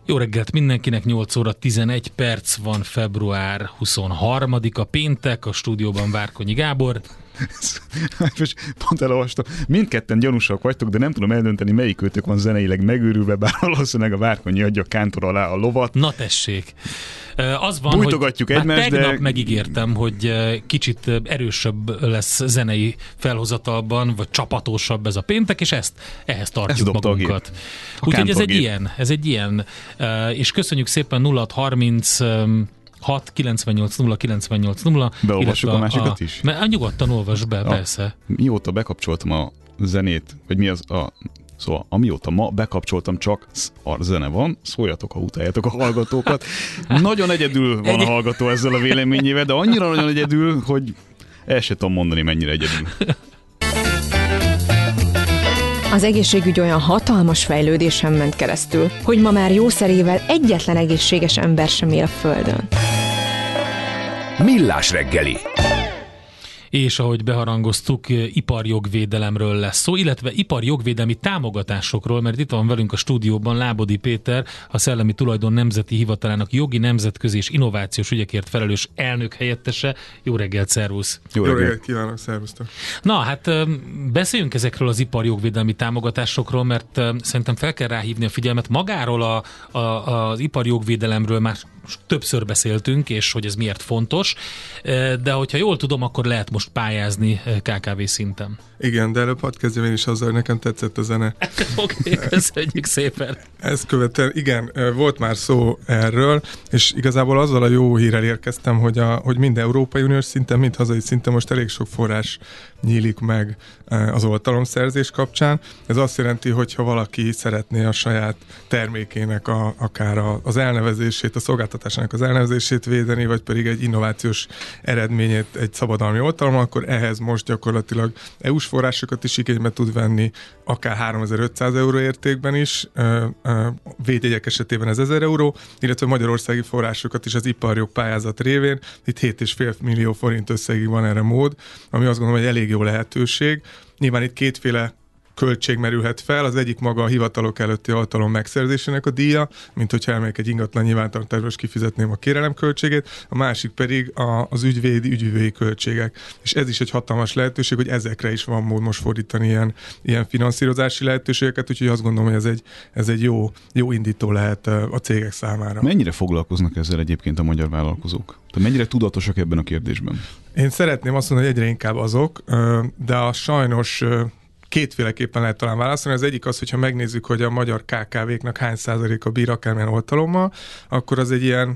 Jó reggelt mindenkinek, 8 óra 11 perc van, február 23-a péntek, a stúdióban Várkonyi Gábor. Pont elolvastam, mindketten gyanúsak vagytok, de nem tudom eldönteni, melyik őtök van zeneileg megőrülve, bár valószínűleg a Várkonyi adja a kántor alá a lovat. Na tessék! Az van, bújtogatjuk hogy egymást, tegnap megígértem, hogy kicsit erősebb lesz zenei felhozatalban, vagy csapatosabb ez a péntek, és ehhez tartjuk magunkat. Úgyhogy ez egy ilyen. És köszönjük szépen 0630 698 0 98 0. Beolvassuk a másikat is? Nyugodtan olvasd be, persze. Mióta bekapcsoltam a zenét, vagy mi az Szóval amióta ma bekapcsoltam, csak a zene van, szóljatok, ha utáljátok a hallgatókat. Nagyon egyedül van a hallgató ezzel a véleményével, de annyira nagyon egyedül, hogy el sem tudom mondani, mennyire egyedül. Az egészségügy olyan hatalmas fejlődésen ment keresztül, hogy ma már jószerével egyetlen egészséges ember sem él a Földön. Millás reggeli. És ahogy beharangoztuk, iparjogvédelemről lesz szó, illetve iparjogvédelmi támogatásokról, mert itt van velünk a stúdióban Lábodi Péter, a Szellemi Tulajdon Nemzeti Hivatalának jogi, nemzetközi és innovációs ügyekért felelős elnök helyettese. Jó reggelt, szervusz! Jó reggelt kívánok, szervusztok! Na, hát beszéljünk ezekről az iparjogvédelmi támogatásokról, mert szerintem fel kell ráhívni a figyelmet. Magáról az iparjogvédelemről már többször beszéltünk, és hogy ez miért fontos, de hogyha jól tudom, akkor lehet most pályázni KKV szinten. Igen, de előbb hadd kezdjem én is azzal, hogy nekem tetszett a zene. Oké, köszönjük szépen. Ezt követően, igen, volt már szó erről, és igazából azzal a jó hírrel érkeztem, hogy mind Európai Uniós szinten, mind hazai szinten most elég sok forrás nyílik meg az oltalomszerzés kapcsán. Ez azt jelenti, hogy ha valaki szeretné a saját termékének akár az elnevezését, a szolgáltatásának az elnevezését védeni, vagy pedig egy innovációs eredményét egy szabadalmi oltalom, akkor ehhez most gyakorlatilag EU-s forrásokat is igénybe tud venni, akár 3500 euró értékben is, védjegyek esetében ez 1000 euró, illetve magyarországi forrásokat is az iparjog pályázat révén, itt 7,5 millió forint összegig van erre mód, ami azt gondolom, hogy elég jó lehetőség. Nyilván itt kétféle költség merülhet fel, az egyik maga a hivatalok előtti oltalom megszerzésének a díja, mint hogyha elmegyek egy ingatlan nyilvántartásba, és kifizetném a kérelem költségét, a másik pedig az ügyvédi költségek. És ez is egy hatalmas lehetőség, hogy ezekre is van mód most fordítani ilyen finanszírozási lehetőségeket, úgyhogy azt gondolom, hogy ez egy jó indító lehet a cégek számára. Mennyire foglalkoznak ezzel egyébként a magyar vállalkozók? Tehát mennyire tudatosak ebben a kérdésben? Én szeretném azt mondani, hogy egyre inkább azok, de sajnos kétféleképpen lehet talán válaszolni. Az egyik az, hogyha megnézzük, hogy a magyar KKV-knak hány százaléka bír akármilyen oltalommal, akkor az egy ilyen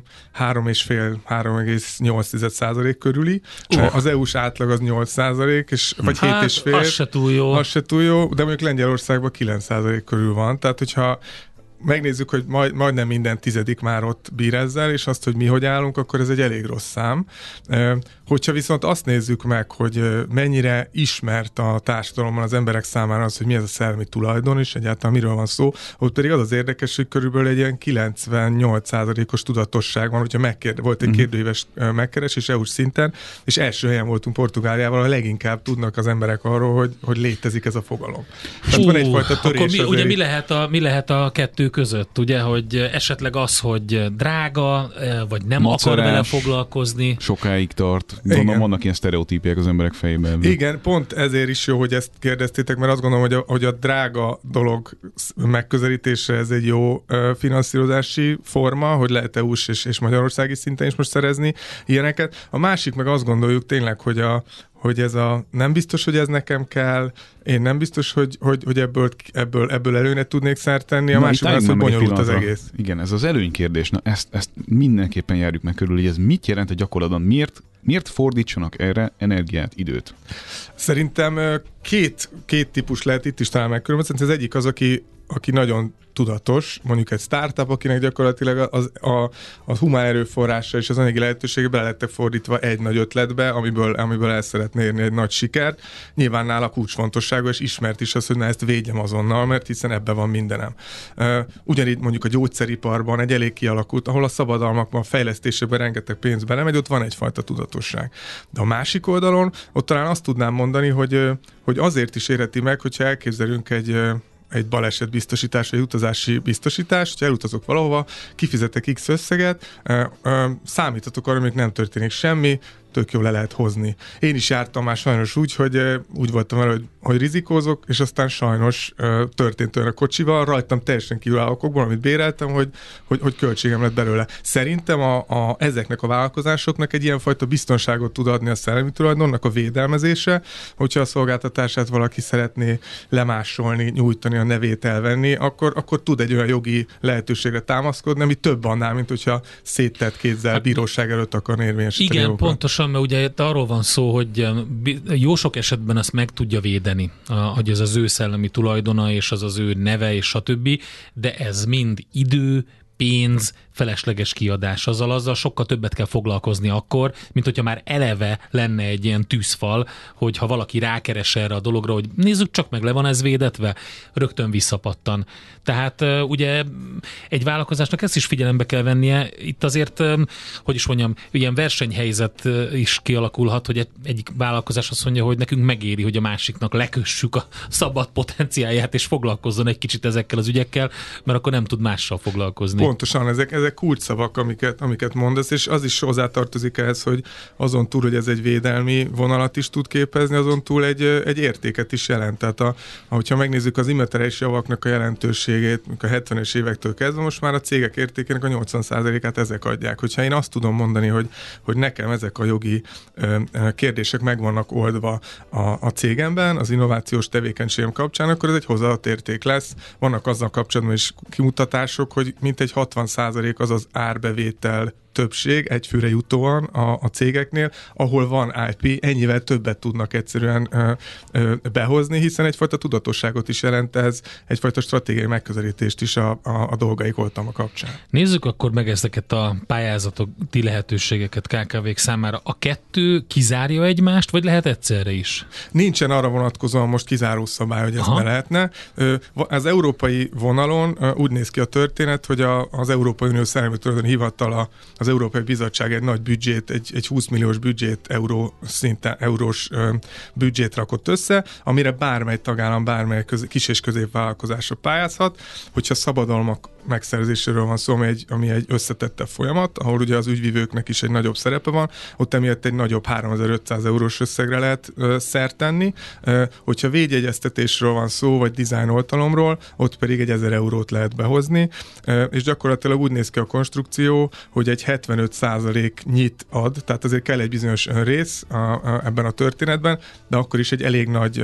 3,5-3,8% körüli. Az EU-s átlag az 8%, és vagy 7,5%. Az se túl jó. Az se túl jó, de mondjuk Lengyelországban 9% körül van. Tehát, hogyha megnézzük, hogy majdnem minden tizedik már ott bír ezzel, és azt, hogy mi hogy állunk, akkor ez egy elég rossz szám. Hogyha viszont azt nézzük meg, hogy mennyire ismert a társadalomban az emberek számára az, hogy mi ez a szellemi tulajdon, és egyáltalán miről van szó, ott pedig az érdekes, hogy körülbelül egy ilyen 98%-os tudatosság van, hogyha volt egy kérdőíves megkeresés EU-s szinten, és első helyen voltunk Portugáliával, a leginkább tudnak az emberek arról, hogy létezik ez a fogalom. Tehát van egyfajta törés. Akkor mi lehet a kettő között, ugye, hogy esetleg az, hogy drága, vagy nem akar vele foglalkozni. Sokáig tart. Gondolom, vannak ilyen sztereotípiák az emberek fejében. Igen, pont ezért is jó, hogy ezt kérdeztétek, mert azt gondolom, hogy a drága dolog megközelítése ez egy jó finanszírozási forma, hogy lehet EU-s és magyarországi szinten is most szerezni ilyeneket. A másik meg azt gondoljuk tényleg, hogy ez nem biztos, hogy ez nekem kell, én nem biztos, hogy ebből előnyre tudnék szert tenni, a másik az, hogy bonyolult az egész. Igen, ez az előnykérdés, na ezt mindenképpen járjuk meg körül, hogy ez mit jelent a gyakorlatban, miért fordítsanak erre energiát, időt? Szerintem két típus lehet itt is talán megkülönböztetni. Az egyik az, aki nagyon tudatos, mondjuk egy startup, akinek gyakorlatilag a humán erőforrása és az anyagi lehetősége bele lettek fordítva egy nagy ötletbe, amiből el szeretné érni egy nagy sikert. Nyilván nála kulcsfontosságú, és ismert is az, hogy ezt védjem azonnal, mert hiszen ebben van mindenem. Ugyanígy mondjuk a gyógyszeriparban egy elég kialakult, ahol a szabadalmakban, a fejlesztésekben rengeteg pénz belemegy, ott van egyfajta tudatosság. De a másik oldalon, ott talán azt tudnám mondani, hogy azért is érheti meg, hogyha elképzelünk egy balesetbiztosítás, vagy utazási biztosítás, hogyha elutazok valahova, kifizetek X összeget, számítatok arra, hogy nem történik semmi, tök jól le lehet hozni. Én is jártam már sajnos úgy, hogy úgy voltam vele, hogy rizikózok, és aztán sajnos történt olyan a kocsival, rajtam teljesen kívülálló okokból, amit béreltem, hogy költségem lett belőle. Szerintem ezeknek a vállalkozásoknak egy ilyenfajta biztonságot tud adni a szellemi tulajdonnak a védelmezése, hogyha a szolgáltatását valaki szeretné lemásolni, nyújtani, a nevét elvenni, akkor tud egy olyan jogi lehetőségre támaszkodni, ami több annál, mint hogyha széttett kézzel bíróság előtt akarna érvényesíteni. Igen, pontosan, mert ugye arról van szó, hogy jó sok esetben azt meg tudja védeni, hogy ez az ő szellemi tulajdona, és az ő neve, és stb., de ez mind idő, pénz, felesleges kiadás. Azzal sokkal többet kell foglalkozni akkor, mint hogyha már eleve lenne egy ilyen tűzfal, hogy ha valaki rákeres erre a dologra, hogy nézzük csak meg, le van ez védetve, rögtön visszapattan. Tehát ugye egy vállalkozásnak ezt is figyelembe kell vennie. Itt azért, hogy is mondjam, ilyen versenyhelyzet is kialakulhat, hogy egyik vállalkozás azt mondja, hogy nekünk megéri, hogy a másiknak lekössük a szabad potenciáját, és foglalkozzon egy kicsit ezekkel az ügyekkel, mert akkor nem tud mással foglalkozni. Pontosan, ezek kulcsszavak, amiket mondasz, és az is hozzátartozik ehhez, hogy azon túl, hogy ez egy védelmi vonalat is tud képezni, azon túl egy értéket is jelent. Tehát ahogyha megnézzük az immateriális javaknak a jelentőségét, a 70-es évektől kezdve, most már a cégek értékének a 80%-át ezek adják. Hogyha én azt tudom mondani, hogy nekem ezek a jogi kérdések meg vannak oldva a cégemben, az innovációs tevékenységem kapcsán, akkor ez egy hozzáadott érték lesz. Vannak azzal kapcsolatban is kimutatások, hogy mintegy 60% az az árbevétel többség egyfőre jutóan a cégeknél, ahol van IP, ennyivel többet tudnak egyszerűen behozni, hiszen egyfajta tudatosságot is jelent ez, egyfajta stratégiai megközelítést is a dolgaik oltalma kapcsán. Nézzük akkor meg ezeket a pályázati lehetőségeket KKV-k számára. A kettő kizárja egymást, vagy lehet egyszerre is? Nincsen arra vonatkozóan most kizáró szabály, hogy ez ne lehetne. Az európai vonalon úgy néz ki a történet, hogy az Európai Unió Szellemi Tulajdoni Hivatala, az Európai Bizottság egy nagy büdzsét, egy 20 milliós büdzsét, eurós büdzsét rakott össze, amire bármely tagállam, bármely kis- és középvállalkozásra pályázhat, hogyha szabadalmak megszerzéséről van szó, ami egy összetettebb folyamat, ahol ugye az ügyvivőknek is egy nagyobb szerepe van, ott emiatt egy nagyobb 3500 eurós összegre lehet szert tenni, hogyha védjegyeztetésről van szó, vagy design oltalomról, ott pedig egy 1000 eurót lehet behozni, és gyakorlatilag úgy néz ki a konstrukció, hogy egy 75% nyit ad, tehát azért kell egy bizonyos önrész ebben a történetben, de akkor is egy elég nagy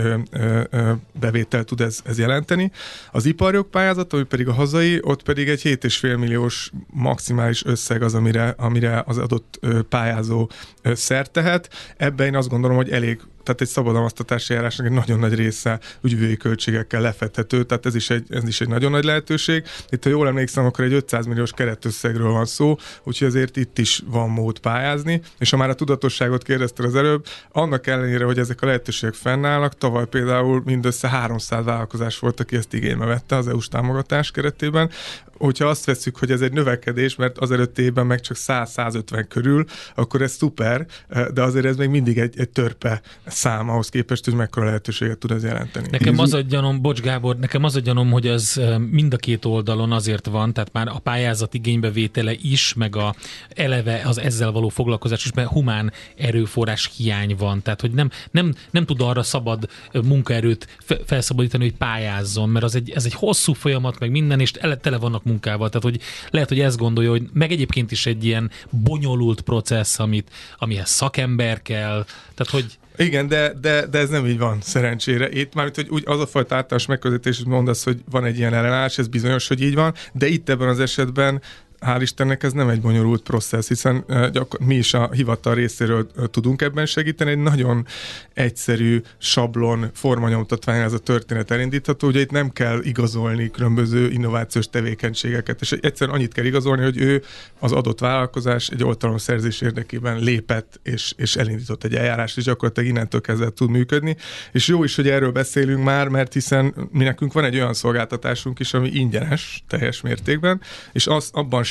bevétel tud ez jelenteni. Az iparjog pályázat, ami pedig a hazai, ott pedig egy 7,5 milliós maximális összeg az, amire az adott pályázó szert tehet. Ebben én azt gondolom, hogy elég, tehát egy szabadalmaztatási járásnak egy nagyon nagy része ügyvívői költségekkel lefedhető, tehát ez is egy nagyon nagy lehetőség. Itt, ha jól emlékszem, akkor egy 500 milliós keretösszegről van szó, úgyhogy azért itt is van mód pályázni, és ha már a tudatosságot kérdezted az előbb, annak ellenére, hogy ezek a lehetőségek fennállnak, tavaly például mindössze 300 vállalkozás volt, aki ezt igénybe vette az EU-s támogatás keretében. Hogyha azt vesszük, hogy ez egy növekedés, mert az előtti évben meg csak 100-150 körül, akkor ez szuper, de azért ez még mindig egy törpe szám ahhoz képest, hogy mekkora lehetőséget tud ez jelenteni. Nekem az a gyanom, bocs Gábor, nekem az a gyanom, hogy ez mind a két oldalon azért van, tehát már a pályázat igénybevétele is, meg eleve az ezzel való foglalkozás is, mert humán erőforrás hiány van, tehát hogy nem tud arra szabad munkaerőt felszabadítani, hogy pályázzon, mert ez egy hosszú folyamat, meg minden, és tele vannak munkával, tehát hogy lehet, hogy ezt gondolja, hogy meg egyébként is egy ilyen bonyolult processz, amihez szakember kell, tehát hogy igen, de ez nem így van, szerencsére. Itt már, hogy úgy az a fajta általános megközelítés, hogy mondasz, hogy van egy ilyen ellenállás, ez bizonyos, hogy így van, de itt ebben az esetben hál' Istennek ez nem egy bonyolult processz, hiszen mi is a hivatal részéről tudunk ebben segíteni. Egy nagyon egyszerű sablon formanyomtatvány ez a történet elindítható, ugye itt nem kell igazolni különböző innovációs tevékenységeket, és egyszerűen annyit kell igazolni, hogy ő az adott vállalkozás egy oltalomszerzés érdekében lépett, és elindított egy eljárást, és gyakorlatilag innentől kezdve tud működni. És jó is, hogy erről beszélünk már, mert hiszen mi nekünk van egy olyan szolgáltatásunk is, ami ingyenes teljes mértékben, és abban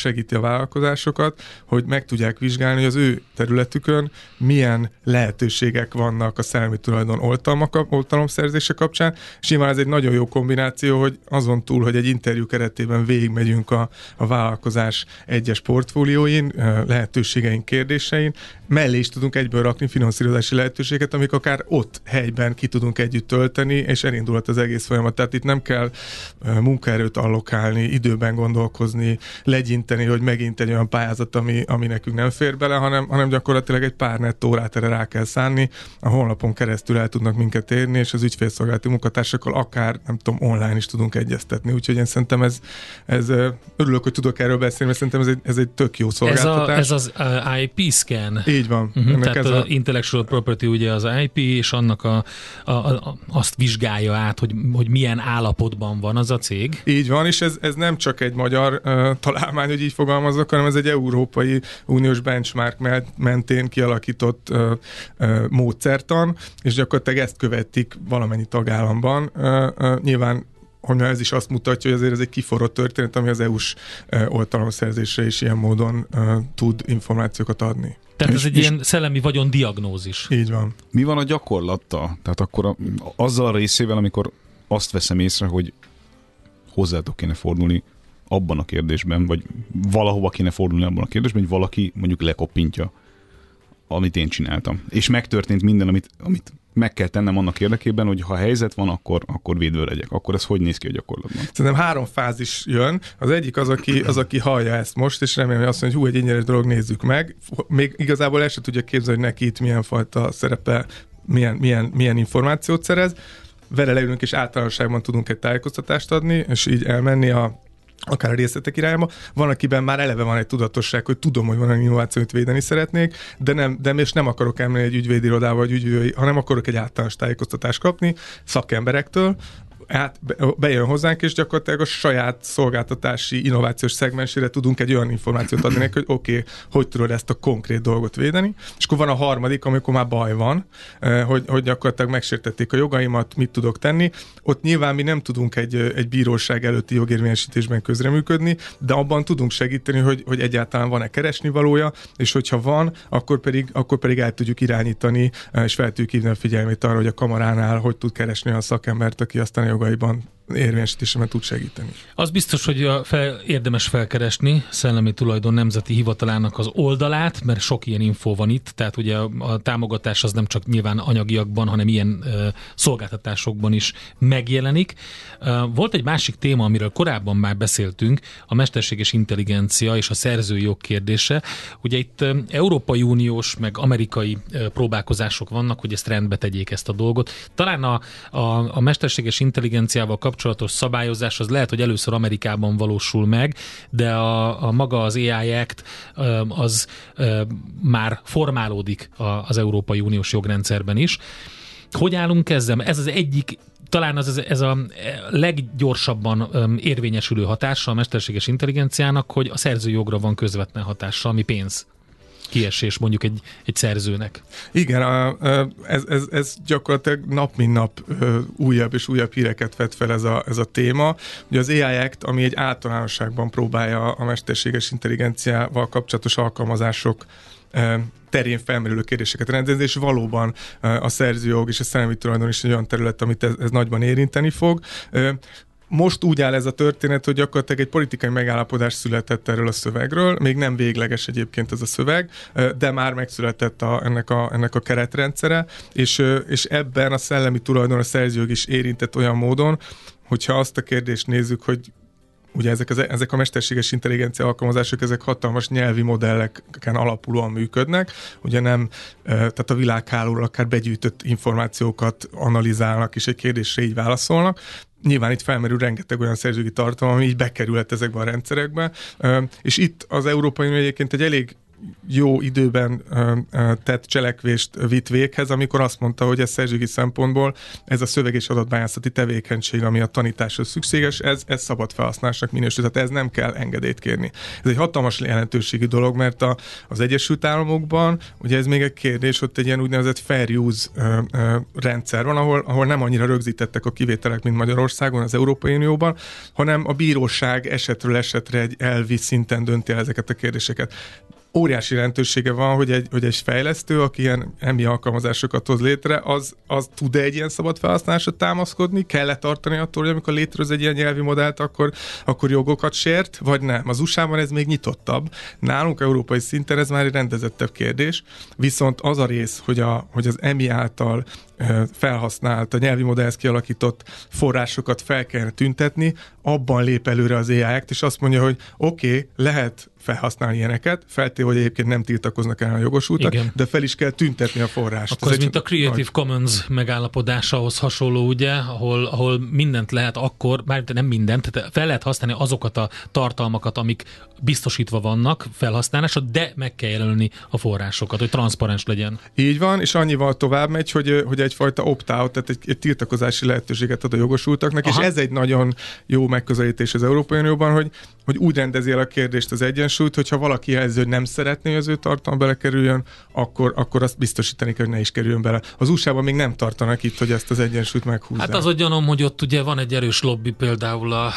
segíti a vállalkozásokat, hogy meg tudják vizsgálni, hogy az ő területükön milyen lehetőségek vannak a szellemi tulajdon oltalomszerzése kapcsán, és nyilván ez egy nagyon jó kombináció, hogy azon túl, hogy egy interjú keretében végigmegyünk a vállalkozás egyes portfólióin, lehetőségeink, kérdésein, mellé is tudunk egyből rakni finanszírozási lehetőséget, amik akár ott helyben ki tudunk együtt tölteni, és elindulhat az egész folyamat. Tehát itt nem kell munkaerőt allokálni, időben gondolkozni, legyinteni, hogy megint egy olyan pályázat, ami nekünk nem fér bele, hanem gyakorlatilag egy pár nettó órát erre rá kell szánni, a honlapon keresztül el tudnak minket érni, és az ügyfélszolgálati munkatársakkal akár, nem tudom, online is tudunk egyeztetni. Úgyhogy én szerintem ez örülök, hogy tudok erről beszélni, mert szerintem ez egy tök jó szolgáltatás. Ez az IP scan. Így van. Tehát az intellectual property ugye az IP, és annak azt vizsgálja át, hogy milyen állapotban van az a cég. Így van, és ez nem csak egy magyar találmány, hogy így fogalmazok, hanem ez egy Európai Uniós benchmark mentén kialakított módszertan, és gyakorlatilag ezt követik valamennyi tagállamban. Nyilván ez is azt mutatja, hogy azért ez egy kiforrott történet, ami az EU-s oltalomszerzésre is ilyen módon tud információkat adni. Tehát ez egy ilyen szellemi vagyon diagnózis. Így van. Mi van a gyakorlattal? Tehát akkor azzal a részével, amikor azt veszem észre, hogy hozzátok kéne fordulni abban a kérdésben, vagy valahova kéne fordulni abban a kérdésben, hogy valaki mondjuk lekoppintja, amit én csináltam. És megtörtént minden, amit meg kell tennem annak érdekében, hogy ha helyzet van, akkor védve legyek. Akkor ez hogy néz ki a gyakorlatban? Szerintem 3 fázis jön. Az egyik az, aki hallja ezt most, és remélem, hogy azt mondja, hogy egy ingyenes dolog, nézzük meg. Még igazából el sem tudja képzelni, hogy neki itt milyen fajta szerepe, milyen információt szerez. Vele leülünk, és általánosságban tudunk egy tájékoztatást adni, és így elmenni akár a részletek irányba. Van, akiben már eleve van egy tudatosság, hogy tudom, hogy van egy innovációt védeni szeretnék, de nem akarok elmenni egy ügyvédirodába, hanem akarok egy általános tájékoztatást kapni szakemberektől, bejön hozzánk, és gyakorlatilag a saját szolgáltatási innovációs szegmensére tudunk egy olyan információt adni neki, hogy oké, hogy tudod ezt a konkrét dolgot védeni. És akkor van a harmadik, amikor már baj van, hogy gyakorlatilag megsértették a jogaimat, mit tudok tenni. Ott nyilván mi nem tudunk egy bíróság előtti jogérvényesítésben közreműködni, de abban tudunk segíteni, hogy egyáltalán van-e keresnivalója, és hogyha van, akkor pedig el tudjuk irányítani, és fel tudjuk hívni a figyelmét arra, hogy a kamaránál hogy tud keresni a szakembert, aki aztán a jogaiban érvényesítésében tud segíteni. Az biztos, hogy érdemes felkeresni Szellemi Tulajdon Nemzeti Hivatalának az oldalát, mert sok ilyen infó van itt, tehát ugye a támogatás az nem csak nyilván anyagiakban, hanem ilyen szolgáltatásokban is megjelenik. Volt egy másik téma, amiről korábban már beszéltünk, a mesterséges intelligencia és a szerzői jog kérdése. Ugye itt Európai Uniós meg amerikai próbálkozások vannak, hogy ezt rendbe tegyék ezt a dolgot. Talán a mesterséges intelligenciával kapcsolatos szabályozás az lehet, hogy először Amerikában valósul meg, de a maga az AI Act az már formálódik az Európai Uniós jogrendszerben is. Hogy állunk ezzel? Ez az egyik, talán ez a leggyorsabban érvényesülő hatása a mesterséges intelligenciának, hogy a szerzőjogra van közvetlen hatása, ami pénz kiesés mondjuk egy szerzőnek. Igen, ez gyakorlatilag nap mint nap újabb és újabb híreket vet fel ez a téma. Ugye az AI Act, ami egy általánosságban próbálja a mesterséges intelligenciával kapcsolatos alkalmazások terén felmerülő kérdéseket rendezni, és valóban a szerzőjog és a szellemi tulajdon is egy olyan terület, amit ez nagyban érinteni fog. Most úgy áll ez a történet, hogy gyakorlatilag egy politikai megállapodás született erről a szövegről, még nem végleges egyébként ez a szöveg, de már megszületett ennek a keretrendszere, és ebben a szellemi tulajdon, a szerzőjog is érintett olyan módon, hogyha azt a kérdést nézzük, hogy ugye ezek a mesterséges intelligencia alkalmazások, ezek hatalmas nyelvi modelleken alapulóan működnek, ugye nem, tehát a világhálóról akár begyűjtött információkat analizálnak, és egy kérdésre így válaszolnak. Nyilván itt felmerül rengeteg olyan szerzői tartalom, ami így bekerülhet ezekbe a rendszerekbe, és itt az Európai Unió egyébként egy elég jó időben tett cselekvést vitt véghez, amikor azt mondta, hogy ez szerzőjogi szempontból ez a szöveg- és adatbányászati tevékenység, ami a tanításhoz szükséges, ez szabad felhasználásnak minősül, tehát ez nem kell engedélyt kérni. Ez egy hatalmas jelentőségű dolog, mert az Egyesült Államokban, ugye ez még egy kérdés, ott egy ilyen úgynevezett fair use rendszer van, ahol nem annyira rögzítettek a kivételek, mint Magyarországon, az Európai Unióban, hanem a bíróság esetről esetre egy elvi szinten dönti el ezeket a kérdéseket. Óriási jelentősége van, hogy egy fejlesztő, aki ilyen EMI alkalmazásokat hoz létre, az tud egy ilyen szabad felhasználásra támaszkodni, kell tartani attól, hogy amikor létrehoz egy ilyen nyelvi modellt, akkor jogokat sért, vagy nem. Az USA-ban ez még nyitottabb. Nálunk európai szinten ez már egy rendezettebb kérdés, viszont az a rész, hogy az EMI által felhasznált, a nyelvi modellhez kialakított forrásokat fel kellene tüntetni, abban lép előre az AI Act, és azt mondja, hogy oké, lehet felhasználni ilyeneket, feltéve, hogy egyébként nem tiltakoznak el a jogosultak, igen, de fel is kell tüntetni a forrást. Akkor ez mint a Creative Commons megállapodásához hasonló, ugye, ahol mindent lehet akkor, bár nem mindent, tehát fel lehet használni azokat a tartalmakat, amik biztosítva vannak felhasználásra, de meg kell jelölni a forrásokat, hogy transzparens legyen. Így van, és annyival tovább megy, hogy egyfajta opt-out, tehát egy tiltakozási lehetőséget ad a jogosultaknak, és ez egy nagyon jó megközelítés az Európai Unióban, hogy úgy rendezi el a kérdést az egyensúlyt, hogyha valaki jelzi, hogy nem szeretné, hogy az ő tartalom belekerüljön, akkor azt biztosítani kell, hogy ne is kerüljön bele. Az USA-ban még nem tartanak itt, hogy ezt az egyensúlyt meghúzzák. Hát az a gyanom, hogy ott ugye van egy erős lobby, például a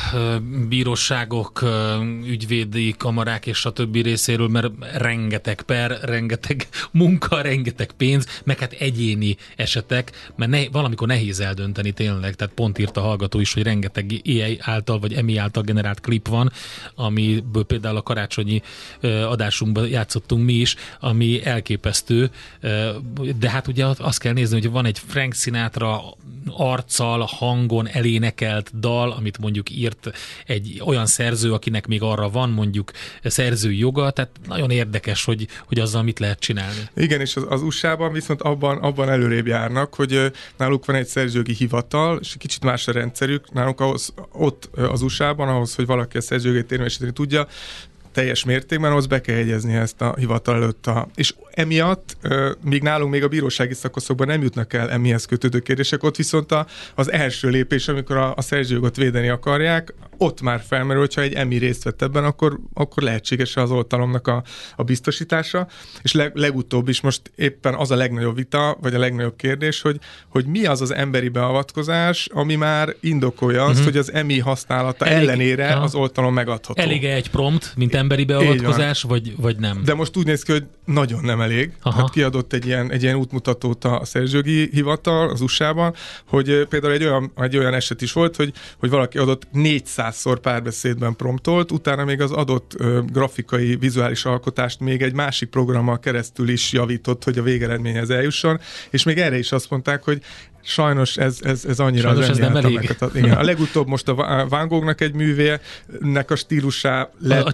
bíróságok, ügyvédi kamarák és a többi részéről, mert rengeteg per, rengeteg munka, rengeteg pénz, meg hát egyéni esetek, mert valamikor nehéz eldönteni tényleg, tehát pont írt a hallgató is, hogy rengeteg AI által, vagy EMI által generált klip van, amiből például a karácsonyi adásunkban játszottunk mi is, ami elképesztő, de hát ugye azt kell nézni, hogy van egy Frank Sinatra arccal, hangon elénekelt dal, amit mondjuk írt egy olyan szerző, akinek még arra van mondjuk szerzői joga, tehát nagyon érdekes, hogy azzal mit lehet csinálni. Igen, és az USA-ban viszont abban előrébb járnak, hogy náluk van egy szerzőjogi hivatal, és kicsit más a rendszerük, náluk ott az USA-ban, ahhoz, hogy valaki a szerzőjogét érvényesíteni tudja, teljes mértékben, ahhoz be kell jegyezni ezt a hivatal előtt. És emiatt, míg nálunk még a bírósági szakaszokban nem jutnak el emihez kötődő kérdések, ott viszont az első lépés, amikor a szerzőjogot védeni akarják, ott már felmerül, hogyha egy EMI részt vett ebben, akkor lehetséges az oltalomnak a biztosítása. És legutóbb is most éppen az a legnagyobb vita, vagy a legnagyobb kérdés, hogy mi az emberi beavatkozás, ami már indokolja azt, hogy az EMI használata ellenére az oltalom megadható. Elég egy prompt, mint emberi beavatkozás, vagy nem? De most úgy néz ki, hogy nagyon nem elég. Hát kiadott egy ilyen útmutatót a szerzőjogi hivatal az USA-ban, hogy például egy olyan eset is volt, hogy valaki adott 400-szor párbeszédben promptolt, utána még az adott grafikai, vizuális alkotást még egy másik programmal keresztül is javított, hogy a végeredményhez eljusson, és még erre is azt mondták, hogy sajnos ez annyira sajnos ez nem elég. Igen. A legutóbb most a Van Goghnak egy művének a stílusá lett,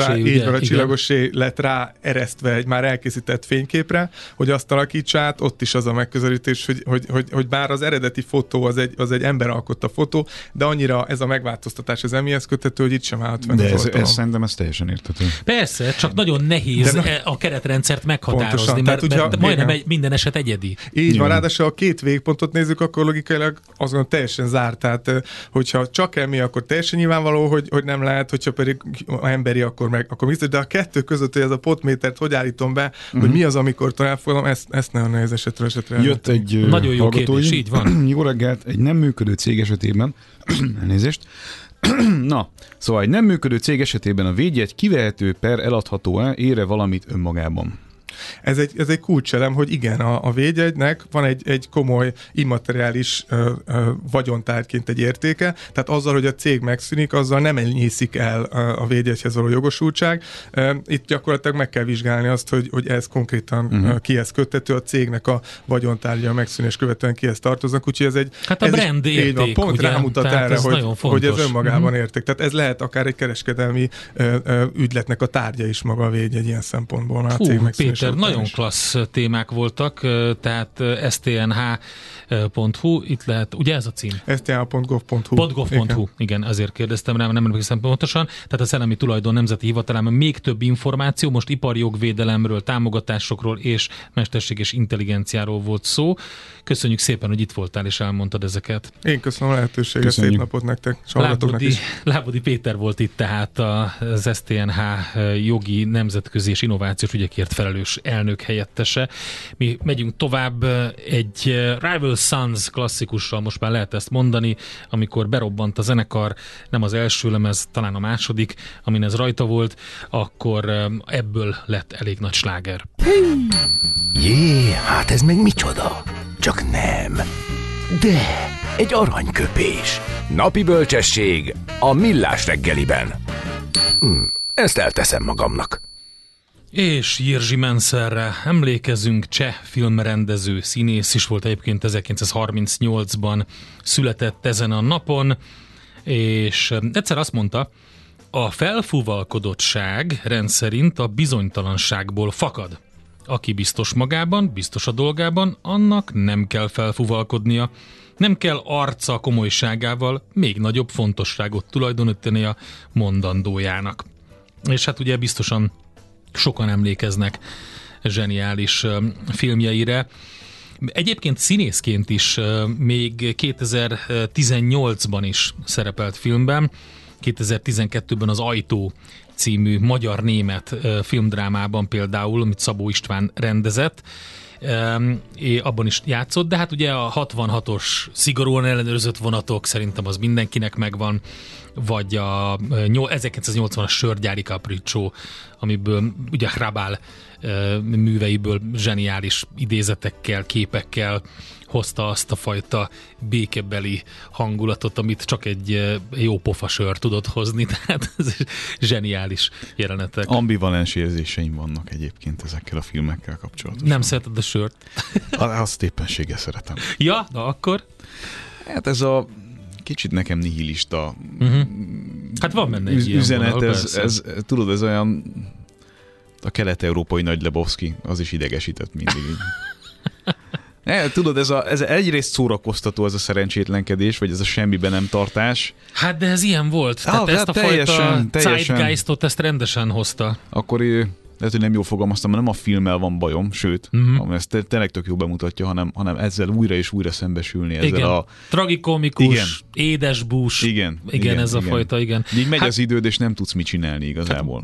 a csillagosé lett rá eresztve egy már elkészített fényképre, hogy azt alakítsa át, ott is az a megközelítés, hogy bár az eredeti fotó az egy ember alkotta fotó, de annyira ez a megváltoztatás az emihez köthető, hogy itt sem állt fenn. De ez szerintem ez teljesen érthető. Persze, csak nagyon nehéz a keretrendszert meghatározni, mert majdnem minden eset egyedi. Így van, ráadásul a két végpontot nézzük, akkor logikailag azt gondolom teljesen zárt. Tehát, hogyha csak EMI, akkor teljesen nyilvánvaló, hogy nem lehet, hogyha pedig emberi, akkor biztos. De a kettő között, hogy ez a potmétert hogy állítom be, hogy mi az, amikor elfogadom, ezt nagyon nehéz esetről esetre. Jött egy nagyon jó kérdés, így van. Jó reggelt, egy nem működő cég esetében, elnézést, na, szóval egy nem működő cég esetében a védjegy kivehető per eladható-e, ér-e valamit önmagában? Ez egy kulcselem, hogy igen, a védjegynek van egy komoly immateriális vagyontárgyként egy értéke, tehát azzal, hogy a cég megszűnik, azzal nem enyészik el a védjegyhez való jogosultság. Itt gyakorlatilag meg kell vizsgálni azt, hogy ez konkrétan kihez köthető, a cégnek a vagyontárgya a megszűnés követően kihez tartoznak, úgyhogy ez egy... Hát a brand érték, pont ugye? Rámutat erre, hogy ez önmagában érték. Tehát ez lehet akár egy kereskedelmi ügyletnek a tárgya is maga a védjegy ilyen szempontból, a cég megszűnés. nagyon klassz témák voltak, tehát stnh.hu, itt lehet, ugye ez a cím? sth.gov.hu. Igen, azért kérdeztem rá, nem emlékszem pontosan. Tehát a Szellemi Tulajdon Nemzeti Hivatalában még több információ, most iparjogvédelemről, támogatásokról és mesterséges intelligenciáról volt szó. Köszönjük szépen, hogy itt voltál és elmondtad ezeket. Én köszönöm a lehetőséget, Köszönjük. szép napot nektek, és hallgatóknak is. Lábodi Péter volt itt tehát az STNH jogi, nemzetközi és innovációs ügyekért felelős elnök helyettese. Mi megyünk tovább egy Rival Sons klasszikussal, most már lehet ezt mondani, amikor berobbant a zenekar, nem az első lemez, talán a második, amin ez rajta volt, akkor ebből lett elég nagy sláger. Jé, hát ez meg micsoda? Csak nem. De egy aranyköpés. Napi bölcsesség a Millás reggeliben. Ezt elteszem magamnak. És Jiří Menszerre emlékezünk, cseh filmrendező, színész is volt egyébként, 1938-ban született ezen a napon, és egyszer azt mondta, a felfúvalkodottság rendszerint a bizonytalanságból fakad. Aki biztos magában, biztos a dolgában, annak nem kell felfúvalkodnia. Nem kell arca komolyságával még nagyobb fontosságot tulajdonítani a mondandójának. És hát ugye biztosan sokan emlékeznek zseniális filmjeire. Egyébként színészként is még 2018-ban is szerepelt filmben, 2012-ben az Ajtó című magyar-német filmdrámában például, amit Szabó István rendezett, abban is játszott, de hát ugye a 66-os szigorúan ellenőrzött vonatok szerintem az mindenkinek megvan, vagy a 1980-as Sörgyári Capriccio, amiből ugye Hrabal műveiből zseniális idézetekkel, képekkel hozta azt a fajta békebeli hangulatot, amit csak egy jó pofa sör tudott hozni, tehát ez zseniális jelenetek. Ambivalens érzéseim vannak egyébként ezekkel a filmekkel kapcsolatban. Nem szereted a sört? Azt éppenséggel szeretem. Ja, na akkor? Hát ez a kicsit nekem nihilista Hát van benne egy üzenet, vonal, ez tudod, ez olyan a kelet-európai Nagy Lebowski, az is idegesített mindig. Tudod, ez egyrészt szórakoztató ez a szerencsétlenkedés, vagy ez a semmiben nem tartás. Hát de ez ilyen volt. Tehát ezt a fajta zeitgeistot ezt rendesen hozta. Akkor lehet, hogy nem jól fogalmaztam, mert nem a filmmel van bajom, sőt, ezt tényleg tök jó bemutatja, hanem ezzel újra és újra szembesülni. Ezzel igen. a tragikomikus, édesbús. Igen, ez a fajta, igen. Így megy az időd, és nem tudsz mit csinálni igazából.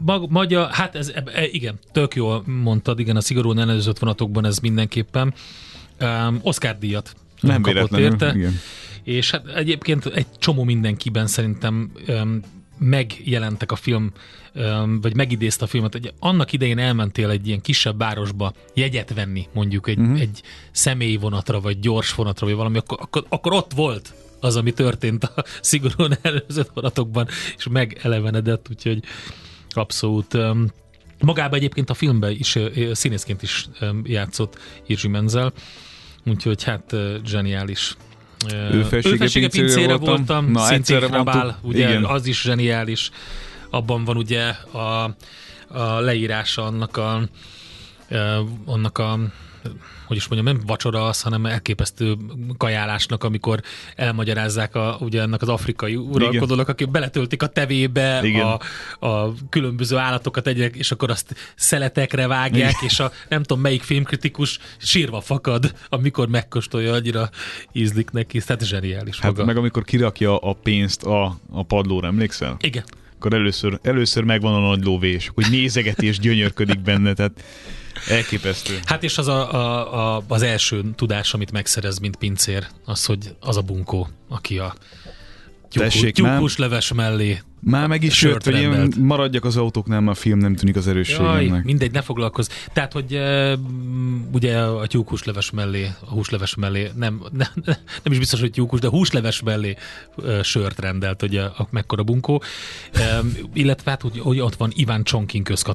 Igen, tök jól mondtad, igen, a szigorúan ellenőrzött vonatokban ez mindenképpen. Oscar-díjat nem kapott érte. Igen. És hát egyébként egy csomó mindenkiben szerintem megjelentek a film, vagy megidézte a filmet, hogy annak idején elmentél egy ilyen kisebb városba jegyet venni, mondjuk egy személyvonatra, vagy gyors vonatra, vagy valami, akkor ott volt az, ami történt a szigorúan ellenőrzött vonatokban, és megelevenedett, úgyhogy abszolút. Magában egyébként a filmben is színészként is játszott Jiří Menzel, úgyhogy hát zseniális. Ő felsége pincére voltam, na, szintén Hrabal, ugye igen. Az is zseniális. Abban van ugye a leírása annak a hogy is mondjam, nem vacsora az, hanem elképesztő kajálásnak, amikor elmagyarázzák ugye ennek az afrikai uralkodónak, akik beletöltik a tevébe a különböző állatokat és akkor azt szeletekre vágják, igen. És nem tudom melyik filmkritikus sírva fakad, amikor megkóstolja, annyira ízlik neki, tehát zseniális maga. Hát meg amikor kirakja a pénzt a padlóra, emlékszel? Igen. Akkor először megvan a nagy lóvé, és hogy nézegeti és gyönyörködik benne, tehát elképesztő. Hát és az első tudás, amit megszerez, mint pincér, az, hogy az a bunkó, aki a tyúkos leves mellé már meg is jött, hogy én maradjak az autóknál, mert a film nem tűnik az erősségemnek. Mindegy, ne foglalkozz. Tehát, hogy ugye a tyúkhúsleves mellé, a húsleves mellé, nem is biztos, hogy tyúkhús, de húsleves mellé sört rendelt, ugye mekkora bunkó. Illetve hát, hogy ott van Iván Csonkin közkatona.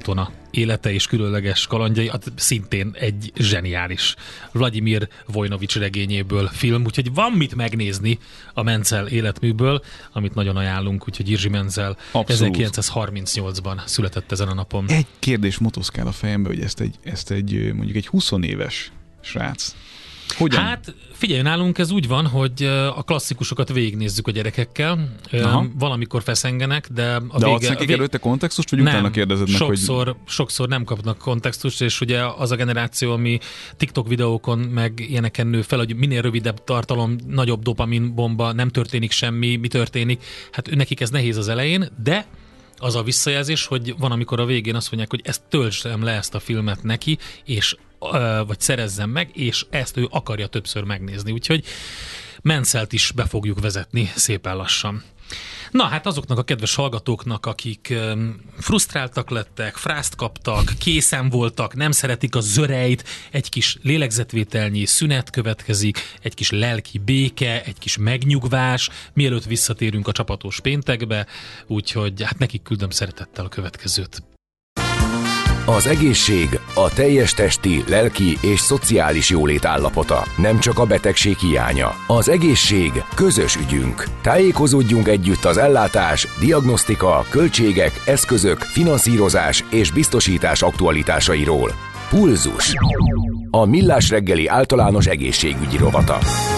élete és különleges kalandjai, szintén egy zseniális Vladimir Vojnovics regényéből film, úgyhogy van mit megnézni a Menzel életműből, amit nagyon ajánlunk, úgyhogy Jiří Menzel 1938-ban született ezen a napon. Egy kérdés motoszkál a fejembe, hogy ezt egy mondjuk egy 20 éves srác. Hogyan? Hát figyelj, nálunk ez úgy van, hogy a klasszikusokat végignézzük a gyerekekkel. Valamikor feszengenek, de de adsz nekik előtte kontextust, vagy utána kérdezed meg, sokszor nem kapnak kontextust, és ugye az a generáció, ami TikTok videókon meg ilyeneken nő fel, hogy minél rövidebb tartalom, nagyobb dopaminbomba, nem történik semmi, mi történik. Hát nekik ez nehéz az elején, de az a visszajelzés, hogy van, amikor a végén azt mondják, hogy ezt töltsem le ezt a filmet neki, és vagy szerezzem meg, és ezt ő akarja többször megnézni. Úgyhogy Menzelt is be fogjuk vezetni szépen lassan. Na, hát azoknak a kedves hallgatóknak, akik frusztráltak lettek, frászt kaptak, készen voltak, nem szeretik a zörejt, egy kis lélegzetvételnyi szünet következik, egy kis lelki béke, egy kis megnyugvás, mielőtt visszatérünk a csapatos péntekbe, úgyhogy hát nekik küldöm szeretettel a következőt. Az egészség a teljes testi, lelki és szociális jólét állapota, nem csak a betegség hiánya. Az egészség közös ügyünk. Tájékozódjunk együtt az ellátás, diagnosztika, költségek, eszközök, finanszírozás és biztosítás aktualitásairól. Pulzus. A Millás reggeli általános egészségügyi rovata.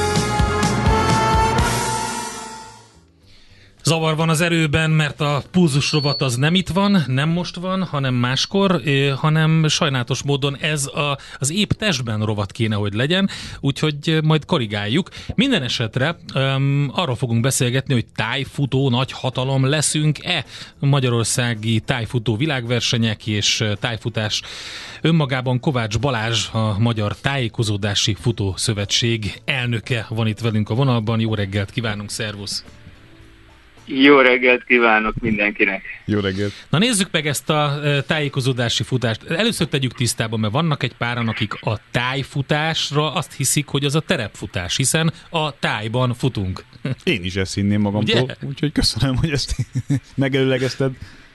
Zavar van az erőben, mert a Pulzus rovat az nem itt van, nem most van, hanem máskor, hanem sajnálatos módon ez az épp testben rovat kéne, hogy legyen, úgyhogy majd korrigáljuk. Minden esetre arról fogunk beszélgetni, hogy tájfutó nagy hatalom leszünk-e, magyarországi tájfutó világversenyek és tájfutás önmagában. Kovács Balázs, a Magyar Tájékozódási Futószövetség elnöke van itt velünk a vonalban. Jó reggelt kívánunk, szervusz! Jó reggelt kívánok mindenkinek! Jó reggelt! Na nézzük meg ezt a tájékozódási futást. Először tegyük tisztába, mert vannak egy páran, akik a tájfutásra azt hiszik, hogy az a terepfutás, hiszen a tájban futunk. Én is ezt hinném magamtól, úgyhogy köszönöm, hogy ezt megelőlegezted.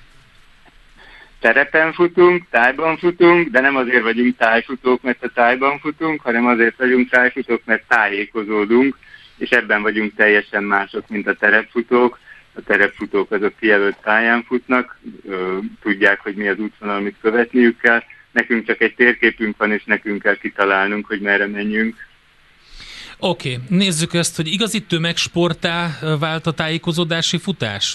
Terepen futunk, tájban futunk, de nem azért vagyunk tájfutók, mert a tájban futunk, hanem azért vagyunk tájfutók, mert tájékozódunk, és ebben vagyunk teljesen mások, mint a terepfutók. A terepfutók azok kijelölt pályán futnak, tudják, hogy mi az útvonal, amit követniük kell. Nekünk csak egy térképünk van, és nekünk kell kitalálnunk, hogy merre menjünk. Oké, nézzük ezt, hogy igazi tömegsporttá vált a tájékozódási futás?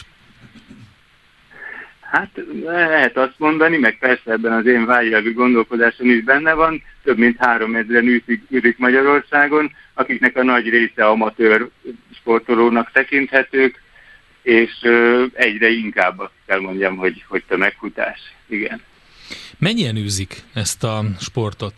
Hát lehet azt mondani, meg persze ebben az én vágyjelvű gondolkodásom is benne van. Több mint 3000-en űzik Magyarországon, akiknek a nagy része amatőr sportolónak tekinthetők, és egyre inkább azt kell mondjam, hogy tömegfutás. Igen. Mennyien űzik ezt a sportot?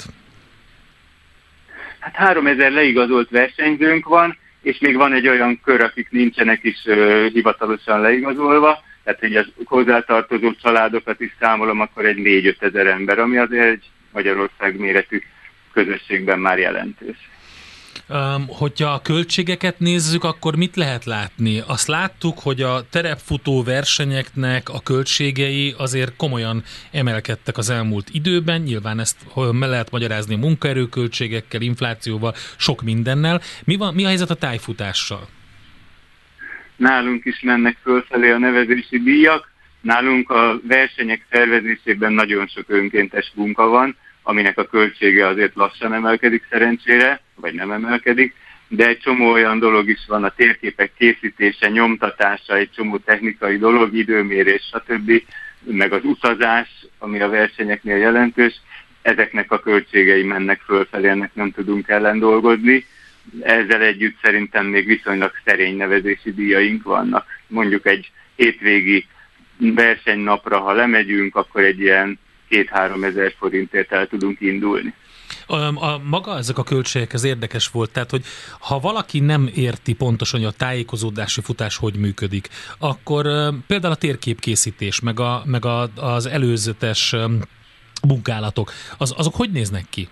Hát 3000 leigazolt versenyzőnk van, és még van egy olyan kör, akik nincsenek is hivatalosan leigazolva, tehát hogy az hozzátartozó családokat is számolom, akkor egy 4-5 ezer ember, ami azért egy Magyarország méretű közösségben már jelentős. Hogyha a költségeket nézzük, akkor mit lehet látni? Azt láttuk, hogy a terepfutó versenyeknek a költségei azért komolyan emelkedtek az elmúlt időben. Nyilván ezt lehet magyarázni munkaerőköltségekkel, inflációval, sok mindennel. Mi a helyzet a tájfutással? Nálunk is mennek fölfelé a nevezési díjak. Nálunk a versenyek szervezésében nagyon sok önkéntes munka van, aminek a költsége azért lassan emelkedik szerencsére, vagy nem emelkedik, de egy csomó olyan dolog is van, a térképek készítése, nyomtatása, egy csomó technikai dolog, időmérés, stb., meg az utazás, ami a versenyeknél jelentős, ezeknek a költségei mennek fölfelé, ennek nem tudunk ellen dolgozni. Ezzel együtt szerintem még viszonylag szerény nevezési díjaink vannak. Mondjuk egy hétvégi versenynapra, ha lemegyünk, akkor egy ilyen 2-3 ezer forintért el tudunk indulni. Maga ezek a költségek, ez érdekes volt, tehát hogy ha valaki nem érti pontosan, hogy a tájékozódási futás hogy működik, akkor például a térképkészítés, meg az előzetes munkálatok, azok hogy néznek ki?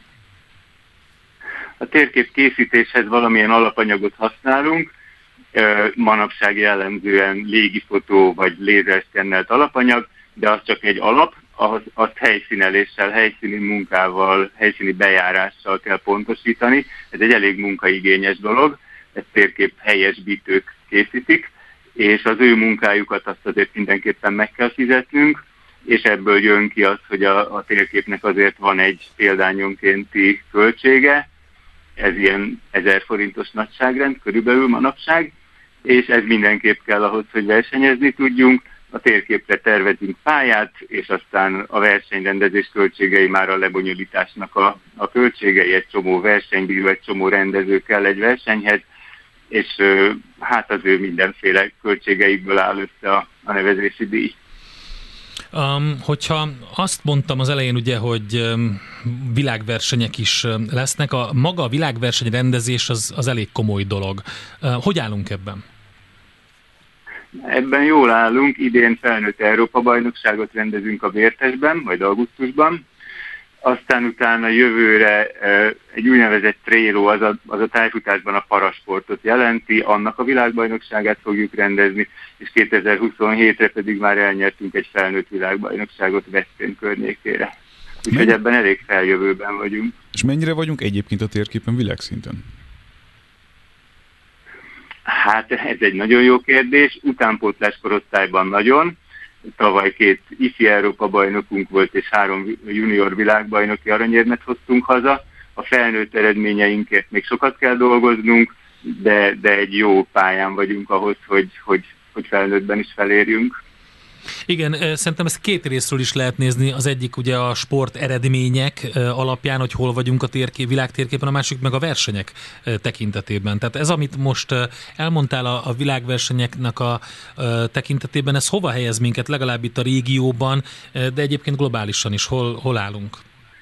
A térkép készítéshez valamilyen alapanyagot használunk, manapság jellemzően légifotó vagy lézerszkennelt alapanyag, de az csak egy alap, azt helyszíneléssel, helyszíni munkával, helyszíni bejárással kell pontosítani. Ez egy elég munkaigényes dolog, ezt térkép helyesbítők készítik, és az ő munkájukat azt azért mindenképpen meg kell fizetnünk, és ebből jön ki az, hogy a térképnek azért van egy példányonkénti költsége, ez ilyen 1000 forintos nagyságrend körülbelül manapság, és ez mindenképp kell ahhoz, hogy versenyezni tudjunk. A térképre tervezünk pályát, és aztán a versenyrendezés költségei már a lebonyolításnak a költségei, egy csomó versenybíró, egy csomó rendező kell egy versenyhez, és hát az ő mindenféle költségeikből áll össze a nevezési díj. Hogyha azt mondtam az elején, ugye, hogy világversenyek is lesznek, maga a világverseny rendezés az elég komoly dolog. Hogy állunk ebben? Ebben jól állunk, idén felnőtt Európa-bajnokságot rendezünk a Vértesben, majd augusztusban. Aztán utána jövőre egy úgynevezett trailó, az a tájfutásban a parasportot jelenti, annak a világbajnokságát fogjuk rendezni, és 2027-re pedig már elnyertünk egy felnőtt világbajnokságot Veszprém környékére. Úgyhogy ebben elég feljövőben vagyunk. És mennyire vagyunk egyébként a térképen világszinten? Hát ez egy nagyon jó kérdés, utánpótlás korosztályban nagyon. Tavaly 2 ifi Európa bajnokunk volt, és 3 junior világbajnoki aranyérmet hoztunk haza. A felnőtt eredményeinkért még sokat kell dolgoznunk, de egy jó pályán vagyunk ahhoz, hogy felnőttben is felérjünk. Igen, szerintem ezt 2 részről is lehet nézni. Az egyik ugye a sport eredmények alapján, hogy hol vagyunk a világtérképen, a másik meg a versenyek tekintetében. Tehát ez, amit most elmondtál a világversenyeknek a tekintetében, ez hova helyez minket, legalább itt a régióban, de egyébként globálisan is hol állunk?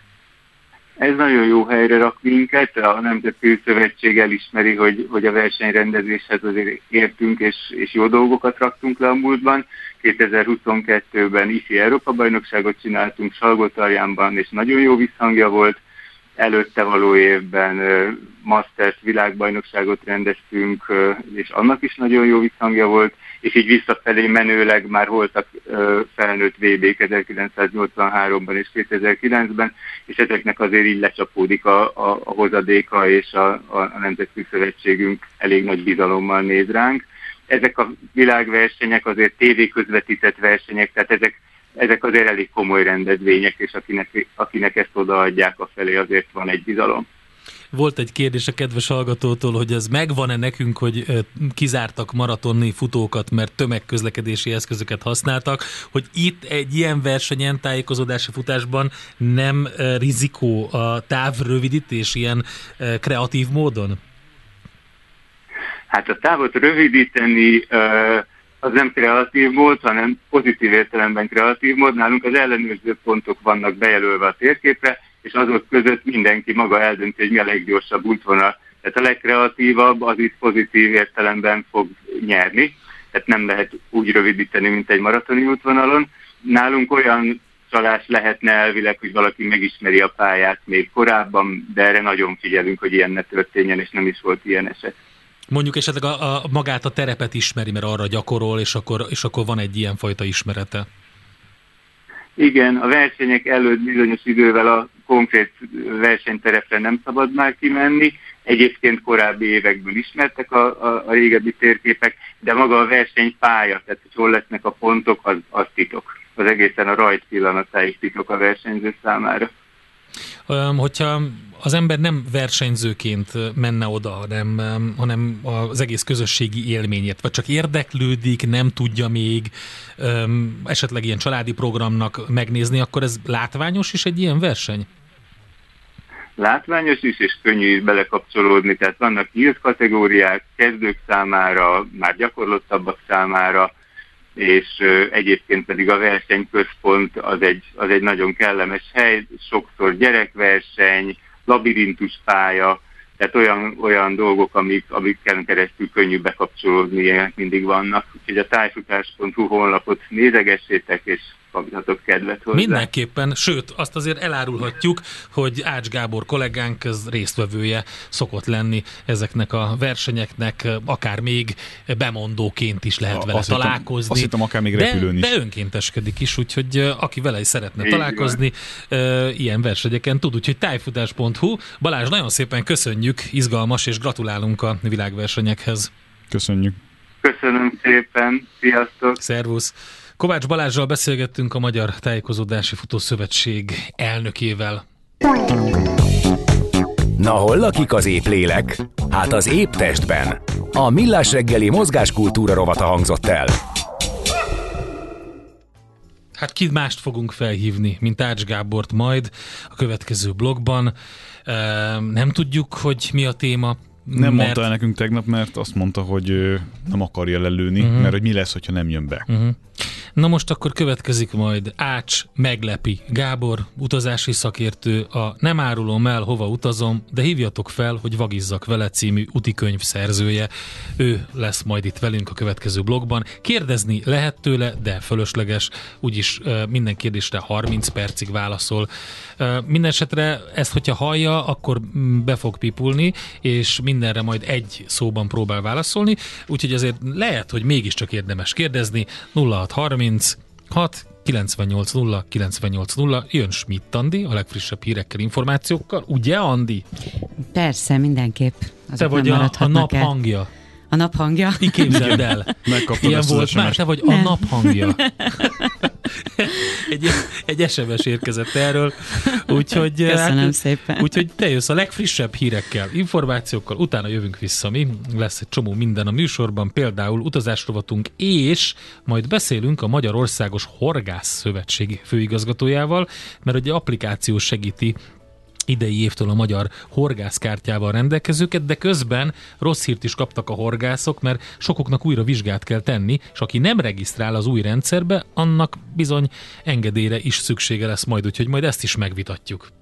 Ez nagyon jó helyre rak minket, a Nemzetközi Szövetség elismeri, hogy a versenyrendezéshez azért értünk, és jó dolgokat raktunk le a múltban. 2022-ben ifi Európa-bajnokságot csináltunk Salgótarjánban, és nagyon jó visszhangja volt. Előtte való évben Masters világbajnokságot rendeztünk, és annak is nagyon jó visszhangja volt, és így visszafelé menőleg már voltak felnőtt VB-k 1983-ban és 2009-ben, és ezeknek azért így lecsapódik a hozadéka, és a Nemzetközi Szövetségünk elég nagy bizalommal néz ránk. Ezek a világversenyek azért tévéközvetített versenyek, tehát ezek azért elég komoly rendezvények, és akinek ezt odaadják afelé, azért van egy bizalom. Volt egy kérdés a kedves hallgatótól, hogy ez megvan-e nekünk, hogy kizártak maratoni futókat, mert tömegközlekedési eszközöket használtak, hogy itt egy ilyen versenyen, tájékozódási futásban nem rizikó a távrövidítés ilyen kreatív módon? Hát a távot rövidíteni az nem kreatív mód, hanem pozitív értelemben kreatív mód. Nálunk az ellenőrző pontok vannak bejelölve a térképre, és azok között mindenki maga eldönti, hogy mi a leggyorsabb útvonal. Tehát a legkreatívabb az itt pozitív értelemben fog nyerni. Tehát nem lehet úgy rövidíteni, mint egy maratoni útvonalon. Nálunk olyan csalás lehetne elvileg, hogy valaki megismeri a pályát még korábban, de erre nagyon figyelünk, hogy ilyen ne történjen, és nem is volt ilyen eset. Mondjuk esetleg magát a terepet ismeri, mert arra gyakorol, és akkor van egy ilyen fajta ismerete. Igen, a versenyek előtt bizonyos idővel a konkrét versenyterepre nem szabad már kimenni. Egyébként korábbi évekből ismertek a régebbi térképek, de maga a versenypálya, tehát hogy hol lesznek a pontok, az titok. Az egészen a rajt pillanatáig titok a versenyző számára. Hogyha az ember nem versenyzőként menne oda, hanem az egész közösségi élményért, vagy csak érdeklődik, nem tudja még esetleg ilyen családi programnak megnézni, akkor ez látványos is egy ilyen verseny? Látványos is, és könnyű is belekapcsolódni, tehát vannak nyílt kategóriák, kezdők számára, már gyakorlottabbak számára, és egyébként pedig a versenyközpont az egy nagyon kellemes hely, sokszor gyerekverseny, labirintus pálya, tehát olyan dolgok, amikkel keresztül könnyű bekapcsolódni, ilyenek mindig vannak. Úgyhogy a tájfutás.hu honlapot nézegessétek, és kapjatok kedvet hozzá. Mindenképpen, sőt, azt azért elárulhatjuk, hogy Ács Gábor kollégánk résztvevője szokott lenni ezeknek a versenyeknek, akár még bemondóként is lehet vele találkozni. Azt hittem, akár még repülőn is. De önkénteskedik is, úgyhogy aki vele is szeretne találkozni, ilyen versenyeken tud, úgyhogy tájfutás.hu. Balázs, nagyon szépen köszönjük, izgalmas, és gratulálunk a világversenyekhez. Köszönjük. Köszönöm szépen, sziasztok! Szervusz! Kovács Balázsral beszélgettünk, a Magyar Tájékozódási Futószövetség elnökével. Na hol lakik az épp lélek? Hát az épp testben. A Millás reggeli mozgáskultúra rovata hangzott el. Hát ki mást fogunk felhívni, mint Ács Gábort majd a következő blogban. Nem tudjuk, hogy mi a téma. Nem mondta el nekünk tegnap, mert azt mondta, hogy nem akarja lelőni, mert hogy mi lesz, hogyha nem jön be. Na most akkor következik majd Ács meglepi Gábor, utazási szakértő, a Nem árulom el, hova utazom, de hívjatok fel, hogy vagizzak vele című utikönyv szerzője. Ő lesz majd itt velünk a következő blogban. Kérdezni lehet tőle, de fölösleges, úgyis minden kérdésre 30 percig válaszol. Mindenesetre ezt, hogyha hallja, akkor be fog pipulni, és mindenre majd egy szóban próbál válaszolni, úgyhogy azért lehet, hogy mégiscsak érdemes kérdezni. 0630 98 0 98 0, jön Schmidt Andi a legfrissebb hírekkel, információkkal, ugye Andi? Persze, mindenképp. Te vagy a nap hangja. A nap hangja? Így képzeld el. Megkaptad ilyen volt már, te vagy a nap hangja. Egy SMS érkezett erről. Úgyhogy, köszönöm szépen. Úgyhogy te jössz a legfrissebb hírekkel, információkkal, utána jövünk vissza mi. Lesz egy csomó minden a műsorban, például utazásrovatunk, és majd beszélünk a Magyarországos Horgász Szövetség főigazgatójával, mert ugye applikáció segíti idei évtől a magyar horgászkártyával rendelkezőket, de közben rossz hírt is kaptak a horgászok, mert sokuknak újra vizsgát kell tenni, és aki nem regisztrál az új rendszerbe, annak bizony engedélyre is szüksége lesz majd, úgyhogy majd ezt is megvitatjuk.